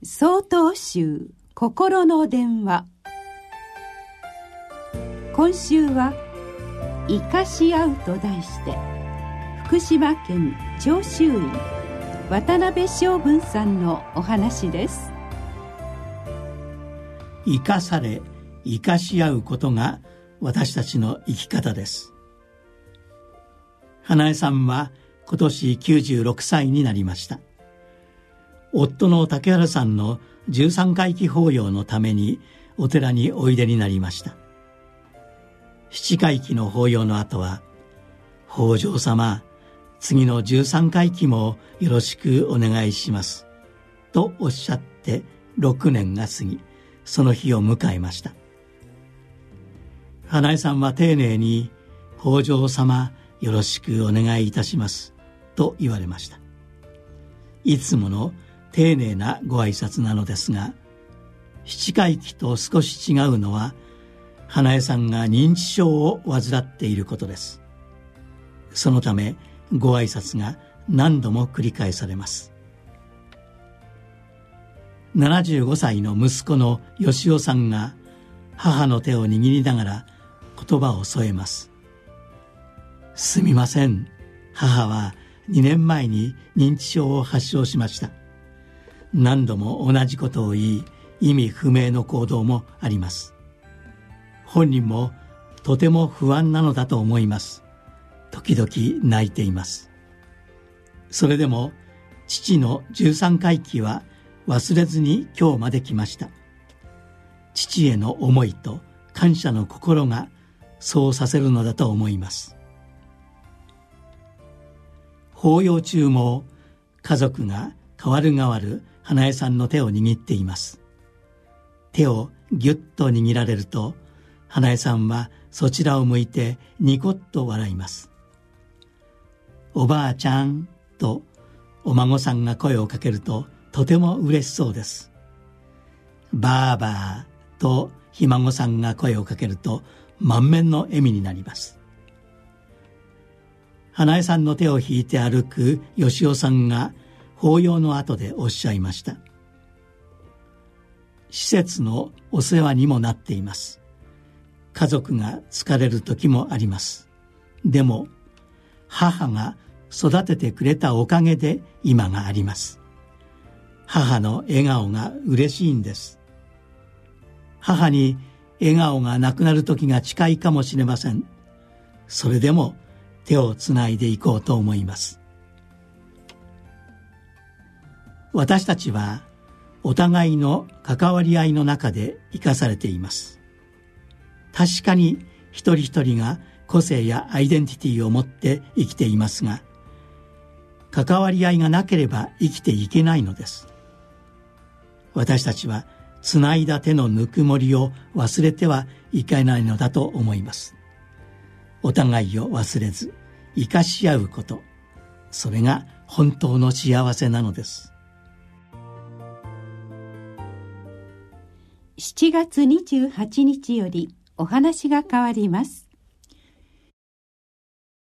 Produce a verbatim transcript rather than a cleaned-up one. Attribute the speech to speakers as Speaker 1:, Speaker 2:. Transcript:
Speaker 1: 曹洞宗心の電話。今週は生かし合うと題して、福島県長州院渡辺正文さんのお話です。
Speaker 2: 生かされ生かし合うことが私たちの生き方です。花江さんは今年きゅうじゅうろくさいになりました。夫の竹原さんのじゅうさんかい忌法要のためにお寺においでになりました。七回忌の法要の後は、法上様、次のじゅうさんかい忌もよろしくお願いしますとおっしゃってろくねんが過ぎ、その日を迎えました。花江さんは丁寧に、法上様よろしくお願いいたしますと言われました。いつもの丁寧なご挨拶なのですが、七回忌と少し違うのは、花江さんが認知症を患っていることです。そのためご挨拶が何度も繰り返されます。ななじゅうごさいの息子の義雄さんが母の手を握りながら言葉を添えます。すみません、母はにねんまえに認知症を発症しました。何度も同じことを言い、意味不明の行動もあります。本人もとても不安なのだと思います。時々泣いています。それでも父のじゅうさんかい忌は忘れずに今日まで来ました。父への思いと感謝の心がそうさせるのだと思います。法要中も家族が代わる代わる花江さんの手を握っています。手をぎゅっと握られると、花江さんはそちらを向いてニコッと笑います。おばあちゃんとお孫さんが声をかけるととても嬉しそうです。ばあばとひ孫さんが声をかけると満面の笑みになります。花江さんの手を引いて歩く義雄さんが法要の後でおっしゃいました。施設のお世話にもなっています。家族が疲れる時もあります。でも母が育ててくれたおかげで今があります。母の笑顔が嬉しいんです。母に笑顔がなくなる時が近いかもしれません。それでも手をつないでいこうと思います。私たちはお互いの関わり合いの中で生かされています。確かに一人一人が個性やアイデンティティを持って生きていますが、関わり合いがなければ生きていけないのです。私たちはつないだ手のぬくもりを忘れてはいけないのだと思います。お互いを忘れず生かし合うこと、それが本当の幸せなのです。
Speaker 1: しちがつにじゅうはちにちよりお話が変わります。